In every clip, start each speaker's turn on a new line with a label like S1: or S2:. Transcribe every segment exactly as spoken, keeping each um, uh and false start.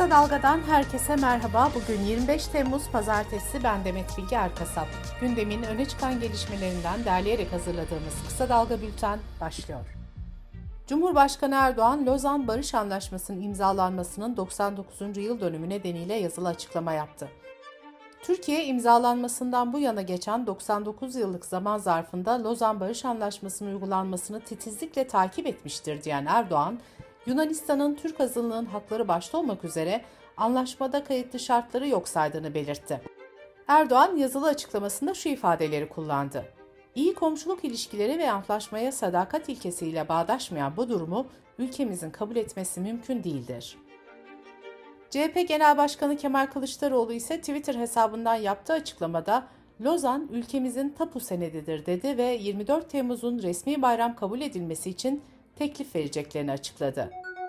S1: Kısa Dalga'dan herkese merhaba. Bugün yirmi beş Temmuz Pazartesi, ben Demet Bilge Erkasap. Gündemin öne çıkan gelişmelerinden derleyerek hazırladığımız Kısa Dalga Bülten başlıyor. Cumhurbaşkanı Erdoğan, Lozan Barış Anlaşması'nın imzalanmasının doksan dokuzuncu yıl dönümü nedeniyle yazılı açıklama yaptı. Türkiye, imzalanmasından bu yana geçen doksan dokuz yıllık zaman zarfında Lozan Barış Anlaşması'nın uygulanmasını titizlikle takip etmiştir diyen Erdoğan, Yunanistan'ın Türk azınlığın hakları başta olmak üzere anlaşmada kayıtlı şartları yok saydığını belirtti. Erdoğan yazılı açıklamasında şu ifadeleri kullandı. İyi komşuluk ilişkileri ve antlaşmaya sadakat ilkesiyle bağdaşmayan bu durumu ülkemizin kabul etmesi mümkün değildir. C H P Genel Başkanı Kemal Kılıçdaroğlu ise Twitter hesabından yaptığı açıklamada Lozan ülkemizin tapu senedidir dedi ve yirmi dört Temmuz'un resmi bayram kabul edilmesi için teklif vereceklerini açıkladı.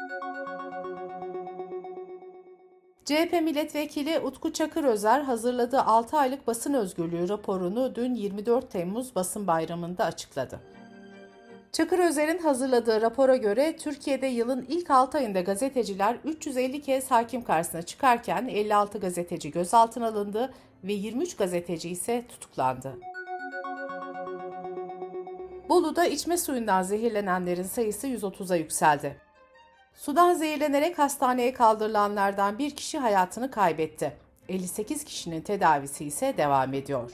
S1: C H P Milletvekili Utku Çakırözer hazırladığı altı aylık basın özgürlüğü raporunu dün yirmi dört Temmuz Basın Bayramı'nda açıkladı. Çakırözer'in hazırladığı rapora göre Türkiye'de yılın ilk altı ayında gazeteciler üç yüz elli kez hakim karşısına çıkarken elli altı gazeteci gözaltına alındı ve yirmi üç gazeteci ise tutuklandı. Bolu'da içme suyundan zehirlenenlerin sayısı yüz otuza yükseldi. Sudan zehirlenerek hastaneye kaldırılanlardan bir kişi hayatını kaybetti. elli sekiz kişinin tedavisi ise devam ediyor.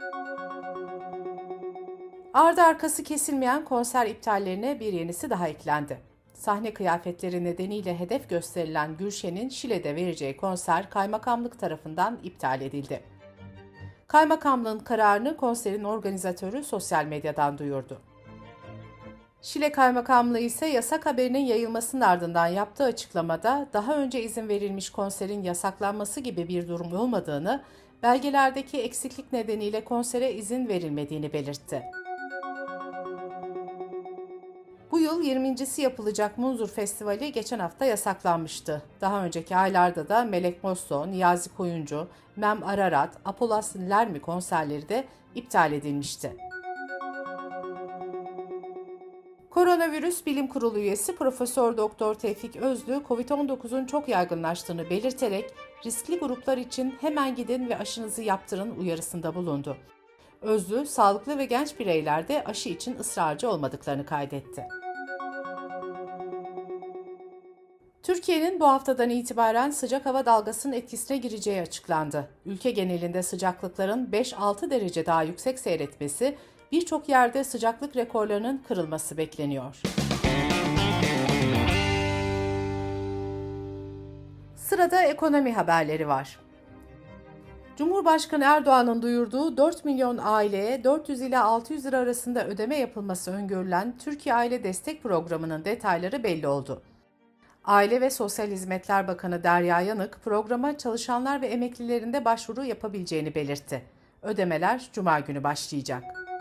S1: Ardı arkası kesilmeyen konser iptallerine bir yenisi daha eklendi. Sahne kıyafetleri nedeniyle hedef gösterilen Gülşen'in Şile'de vereceği konser kaymakamlık tarafından iptal edildi. Kaymakamlığın kararını konserin organizatörü sosyal medyadan duyurdu. Şile Kaymakamlığı ise yasak haberinin yayılmasının ardından yaptığı açıklamada daha önce izin verilmiş konserin yasaklanması gibi bir durum olmadığını, belgelerdeki eksiklik nedeniyle konsere izin verilmediğini belirtti. Bu yıl yirmincisi yapılacak Munzur Festivali geçen hafta yasaklanmıştı. Daha önceki aylarda da Melek Mosso, Niyazi Koyuncu, Mem Ararat, Apolas Lermi konserleri de iptal edilmişti. Koronavirüs Bilim Kurulu üyesi Profesör Doktor Tevfik Özlü, kovid on dokuzun çok yaygınlaştığını belirterek riskli gruplar için hemen gidin ve aşınızı yaptırın uyarısında bulundu. Özlü, sağlıklı ve genç bireylerde aşı için ısrarcı olmadıklarını kaydetti. Türkiye'nin bu haftadan itibaren sıcak hava dalgasının etkisine gireceği açıklandı. Ülke genelinde sıcaklıkların beş altı derece daha yüksek seyretmesi, birçok yerde sıcaklık rekorlarının kırılması bekleniyor. Sırada ekonomi haberleri var. Cumhurbaşkanı Erdoğan'ın duyurduğu dört milyon aileye dört yüz ila altı yüz lira arasında ödeme yapılması öngörülen Türkiye Aile Destek Programı'nın detayları belli oldu. Aile ve Sosyal Hizmetler Bakanı Derya Yanık, programa çalışanlar ve emeklilerin de başvuru yapabileceğini belirtti. Ödemeler Cuma günü başlayacak.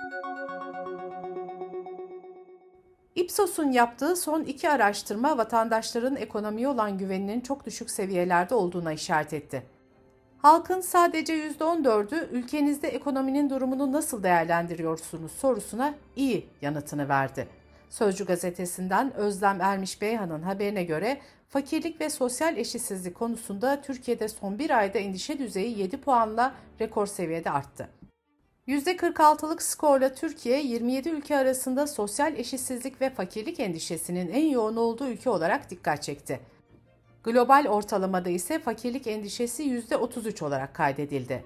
S1: İpsos'un yaptığı son iki araştırma vatandaşların ekonomiye olan güveninin çok düşük seviyelerde olduğuna işaret etti. Halkın sadece yüzde on dördü ülkenizde ekonominin durumunu nasıl değerlendiriyorsunuz sorusuna iyi yanıtını verdi. Sözcü gazetesinden Özlem Ermiş Beyhan'ın haberine göre fakirlik ve sosyal eşitsizlik konusunda Türkiye'de son bir ayda endişe düzeyi yedi puanla rekor seviyede arttı. yüzde kırk altılık skorla Türkiye, yirmi yedi ülke arasında sosyal eşitsizlik ve fakirlik endişesinin en yoğun olduğu ülke olarak dikkat çekti. Global ortalamada ise fakirlik endişesi yüzde otuz üç olarak kaydedildi.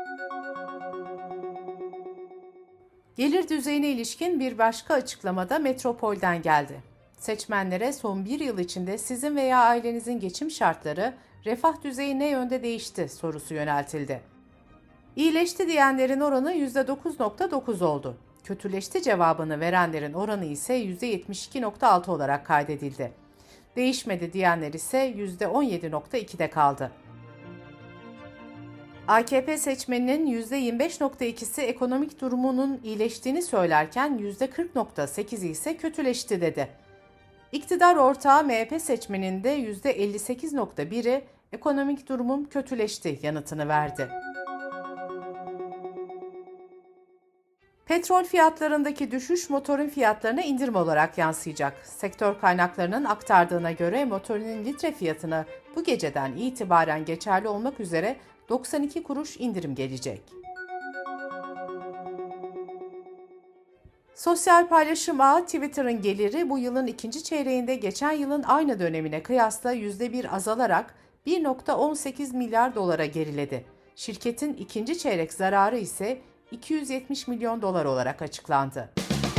S1: Gelir düzeyine ilişkin bir başka açıklamada Metropol'den geldi. Seçmenlere son bir yıl içinde sizin veya ailenizin geçim şartları, refah düzeyi ne yönde değişti sorusu yöneltildi. İyileşti diyenlerin oranı yüzde dokuz virgül dokuz oldu. Kötüleşti cevabını verenlerin oranı ise yüzde yetmiş iki virgül altı olarak kaydedildi. Değişmedi diyenler ise yüzde on yedi virgül ikide kaldı. A K P seçmeninin yüzde yirmi beş virgül ikisi ekonomik durumunun iyileştiğini söylerken yüzde kırk virgül sekizi ise kötüleşti dedi. İktidar ortağı M H P seçmeninin de yüzde elli sekiz virgül biri ekonomik durumum kötüleşti yanıtını verdi. Petrol fiyatlarındaki düşüş motorun fiyatlarına indirim olarak yansıyacak. Sektör kaynaklarının aktardığına göre motorinin litre fiyatına bu geceden itibaren geçerli olmak üzere doksan iki kuruş indirim gelecek. Sosyal paylaşım ağı Twitter'ın geliri bu yılın ikinci çeyreğinde geçen yılın aynı dönemine kıyasla yüzde bir azalarak bir virgül on sekiz milyar dolara geriledi. Şirketin ikinci çeyrek zararı ise iki yüz yetmiş milyon dolar olarak açıklandı.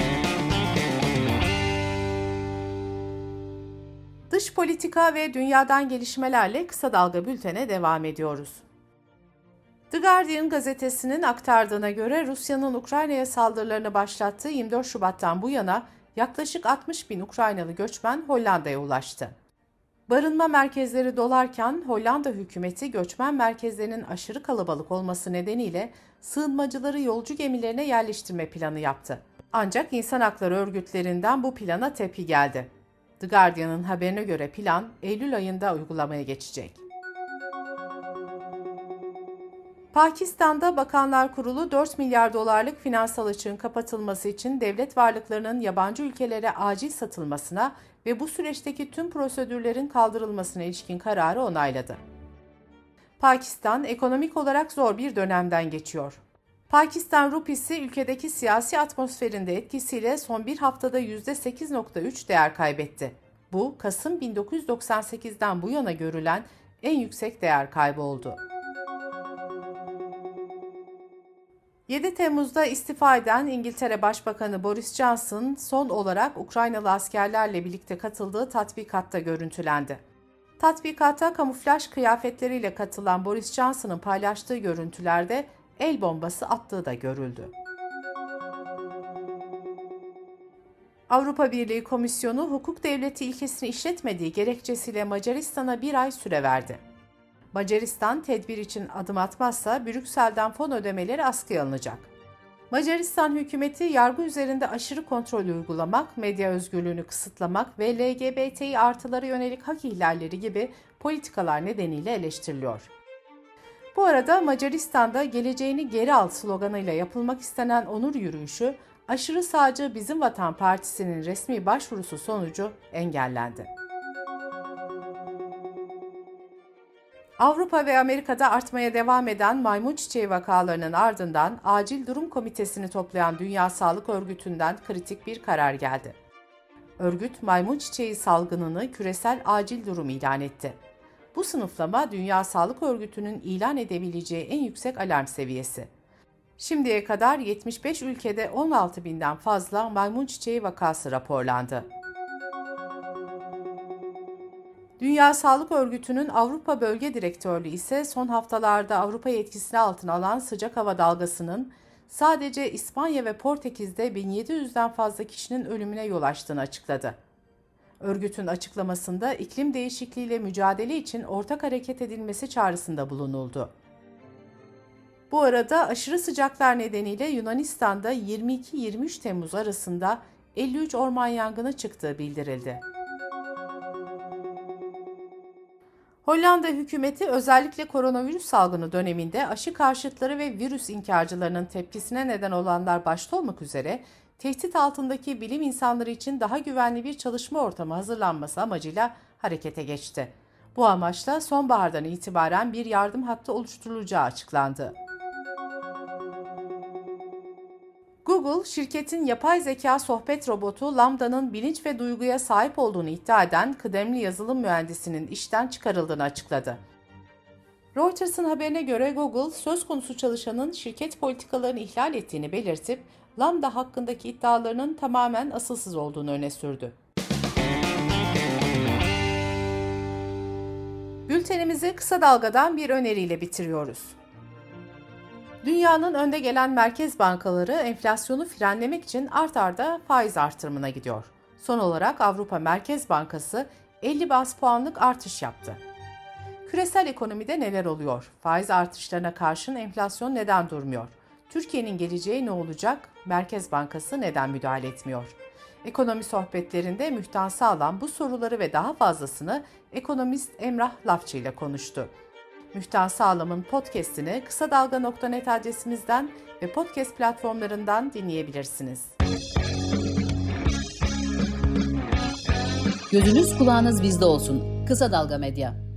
S1: Dış politika ve dünyadan gelişmelerle kısa dalga bültene devam ediyoruz. The Guardian gazetesinin aktardığına göre Rusya'nın Ukrayna'ya saldırılarını başlattığı yirmi dört Şubat'tan bu yana yaklaşık altmış bin Ukraynalı göçmen Hollanda'ya ulaştı. Barınma merkezleri dolarken Hollanda hükümeti göçmen merkezlerinin aşırı kalabalık olması nedeniyle sığınmacıları yolcu gemilerine yerleştirme planı yaptı. Ancak insan hakları örgütlerinden bu plana tepki geldi. The Guardian'ın haberine göre plan Eylül ayında uygulamaya geçecek. Pakistan'da Bakanlar Kurulu dört milyar dolarlık finansal açığın kapatılması için devlet varlıklarının yabancı ülkelere acil satılmasına ve bu süreçteki tüm prosedürlerin kaldırılmasına ilişkin kararı onayladı. Pakistan ekonomik olarak zor bir dönemden geçiyor. Pakistan rupisi ülkedeki siyasi atmosferinde etkisiyle son bir haftada yüzde sekiz virgül üç değer kaybetti. Bu, Kasım bin dokuz yüz doksan sekizden bu yana görülen en yüksek değer kaybı oldu. yedi Temmuz'da istifa eden İngiltere Başbakanı Boris Johnson son olarak Ukraynalı askerlerle birlikte katıldığı tatbikatta görüntülendi. Tatbikata kamuflaj kıyafetleriyle katılan Boris Johnson'ın paylaştığı görüntülerde el bombası attığı da görüldü. Avrupa Birliği Komisyonu hukuk devleti ilkesini işletmediği gerekçesiyle Macaristan'a bir ay süre verdi. Macaristan tedbir için adım atmazsa Brüksel'den fon ödemeleri askıya alınacak. Macaristan hükümeti yargı üzerinde aşırı kontrol uygulamak, medya özgürlüğünü kısıtlamak ve L G B T İ artılara yönelik hak ihlalleri gibi politikalar nedeniyle eleştiriliyor. Bu arada Macaristan'da geleceğini geri al sloganıyla yapılmak istenen onur yürüyüşü, aşırı sağcı Bizim Vatan Partisi'nin resmi başvurusu sonucu engellendi. Avrupa ve Amerika'da artmaya devam eden maymun çiçeği vakalarının ardından Acil Durum Komitesini toplayan Dünya Sağlık Örgütü'nden kritik bir karar geldi. Örgüt, maymun çiçeği salgınını küresel acil durum ilan etti. Bu sınıflama Dünya Sağlık Örgütü'nün ilan edebileceği en yüksek alarm seviyesi. Şimdiye kadar yetmiş beş ülkede on altı binden fazla maymun çiçeği vakası raporlandı. Dünya Sağlık Örgütü'nün Avrupa Bölge Direktörlüğü ise son haftalarda Avrupa'yı etkisine altına alan sıcak hava dalgasının sadece İspanya ve Portekiz'de bin yedi yüzden fazla kişinin ölümüne yol açtığını açıkladı. Örgütün açıklamasında iklim değişikliğiyle mücadele için ortak hareket edilmesi çağrısında bulunuldu. Bu arada aşırı sıcaklar nedeniyle Yunanistan'da yirmi iki yirmi üç Temmuz arasında elli üç orman yangını çıktığı bildirildi. Hollanda hükümeti özellikle koronavirüs salgını döneminde aşı karşıtları ve virüs inkarcılarının tepkisine neden olanlar başta olmak üzere tehdit altındaki bilim insanları için daha güvenli bir çalışma ortamı hazırlanması amacıyla harekete geçti. Bu amaçla sonbahardan itibaren bir yardım hattı oluşturulacağı açıklandı. Google, şirketin yapay zeka sohbet robotu Lambda'nın bilinç ve duyguya sahip olduğunu iddia eden kıdemli yazılım mühendisinin işten çıkarıldığını açıkladı. Reuters'ın haberine göre Google, söz konusu çalışanın şirket politikalarını ihlal ettiğini belirtip, Lambda hakkındaki iddialarının tamamen asılsız olduğunu öne sürdü. Bültenimizi kısa dalgadan bir öneriyle bitiriyoruz. Dünyanın önde gelen merkez bankaları enflasyonu frenlemek için art arda faiz artırımına gidiyor. Son olarak Avrupa Merkez Bankası elli baz puanlık artış yaptı. Küresel ekonomide neler oluyor? Faiz artışlarına karşın enflasyon neden durmuyor? Türkiye'nin geleceği ne olacak? Merkez Bankası neden müdahale etmiyor? Ekonomi sohbetlerinde Mühtan Sağlam bu soruları ve daha fazlasını ekonomist Emrah Lafçı ile konuştu. Mühtan Sağlam'ın podcast'ini kısa dalga nokta net adresimizden ve podcast platformlarından dinleyebilirsiniz.
S2: Gözünüz kulağınız bizde olsun. Kısa Dalga Medya.